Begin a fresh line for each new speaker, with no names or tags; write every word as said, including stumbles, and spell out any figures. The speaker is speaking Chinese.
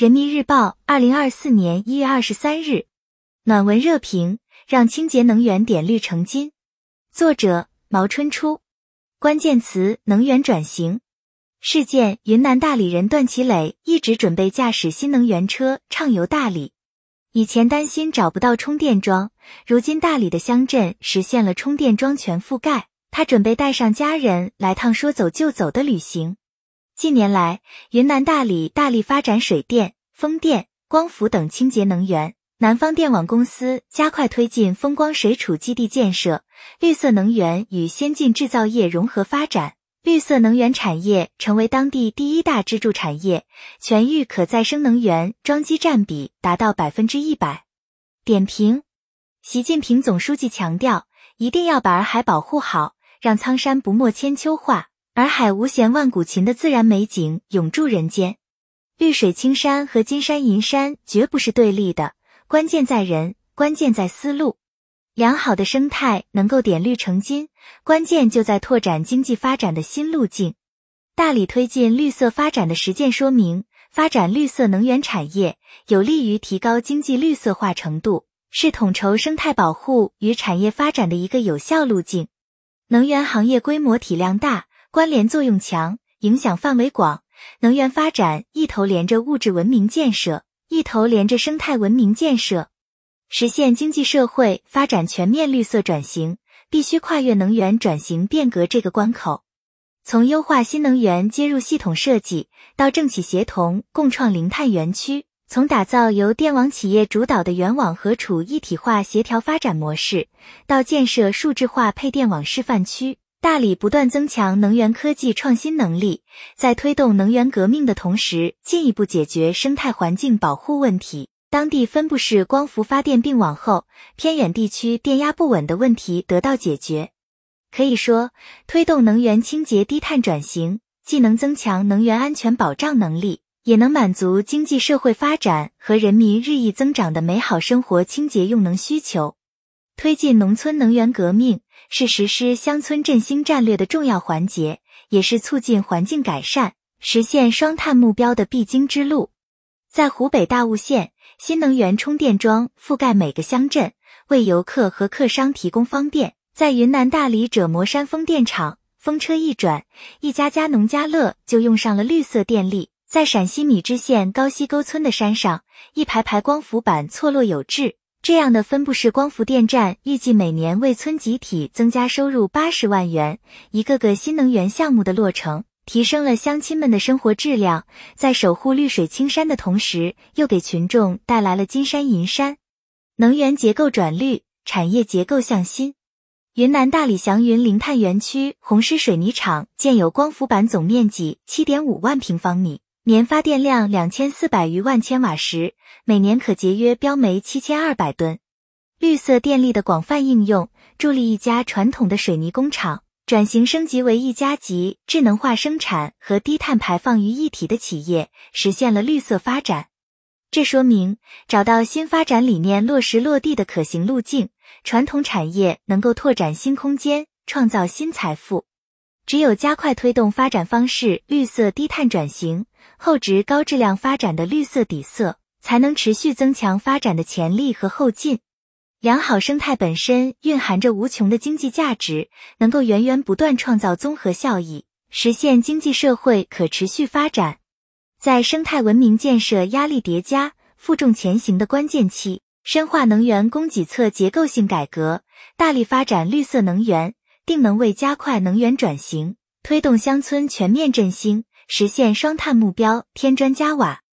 人民日报二零二四年一月二十三日暖文热评：让清洁能源点绿成金。作者毛春初。关键词：能源转型。事件：云南大理人段祺磊一直准备驾驶新能源车畅游大理。以前担心找不到充电桩，如今大理的乡镇实现了充电桩全覆盖，他准备带上家人来趟说走就走的旅行。近年来，云南大理大力发展水电、风电、光伏等清洁能源，南方电网公司加快推进风光水储基地建设，绿色能源与先进制造业融合发展，绿色能源产业成为当地第一大支柱产业，全域可再生能源装机占比达到 百分之百。 点评：习近平总书记强调，一定要把洱海保护好，让苍山不没千秋化，洱海无限万古情的自然美景永驻人间。绿水青山和金山银山绝不是对立的，关键在人，关键在思路。良好的生态能够点绿成金，关键就在拓展经济发展的新路径。大理推进绿色发展的实践说明，发展绿色能源产业有利于提高经济绿色化程度，是统筹生态保护与产业发展的一个有效路径。能源行业规模体量大，关联作用强，影响范围广，能源发展一头连着物质文明建设，一头连着生态文明建设。实现经济社会发展全面绿色转型，必须跨越能源转型变革这个关口。从优化新能源接入系统设计，到政企协同共创零碳园区，从打造由电网企业主导的原网和储一体化协调发展模式，到建设数字化配电网示范区，大理不断增强能源科技创新能力，在推动能源革命的同时，进一步解决生态环境保护问题。当地分布式光伏发电并网后，偏远地区电压不稳的问题得到解决。可以说，推动能源清洁低碳转型，既能增强能源安全保障能力，也能满足经济社会发展和人民日益增长的美好生活清洁用能需求。推进农村能源革命，是实施乡村振兴战略的重要环节，也是促进环境改善、实现双碳目标的必经之路。在湖北大悟县，新能源充电桩覆盖每个乡镇，为游客和客商提供方便。在云南大理者磨山风电场，风车一转，一家家农家乐就用上了绿色电力。在陕西米脂县高溪沟村的山上，一排排光伏板错落有致，这样的分布式光伏电站预计每年为村集体增加收入八十万元。一个个新能源项目的落成，提升了乡亲们的生活质量，在守护绿水青山的同时，又给群众带来了金山银山。能源结构转绿，产业结构向新。云南大理祥云零碳园区红狮水泥厂建有光伏板，总面积 七点五万平方米，年发电量两千四百余万千瓦时，每年可节约标煤七千二百吨。绿色电力的广泛应用，助力一家传统的水泥工厂转型升级为一家集智能化生产和低碳排放于一体的企业，实现了绿色发展。这说明，找到新发展理念落实落地的可行路径，传统产业能够拓展新空间，创造新财富。只有加快推动发展方式绿色低碳转型，厚植高质量发展的绿色底色，才能持续增强发展的潜力和后劲。良好生态本身蕴含着无穷的经济价值，能够源源不断创造综合效益，实现经济社会可持续发展。在生态文明建设压力叠加、负重前行的关键期，深化能源供给侧结构性改革，大力发展绿色能源，定能为加快能源转型，推动乡村全面振兴，实现双碳目标添砖加瓦。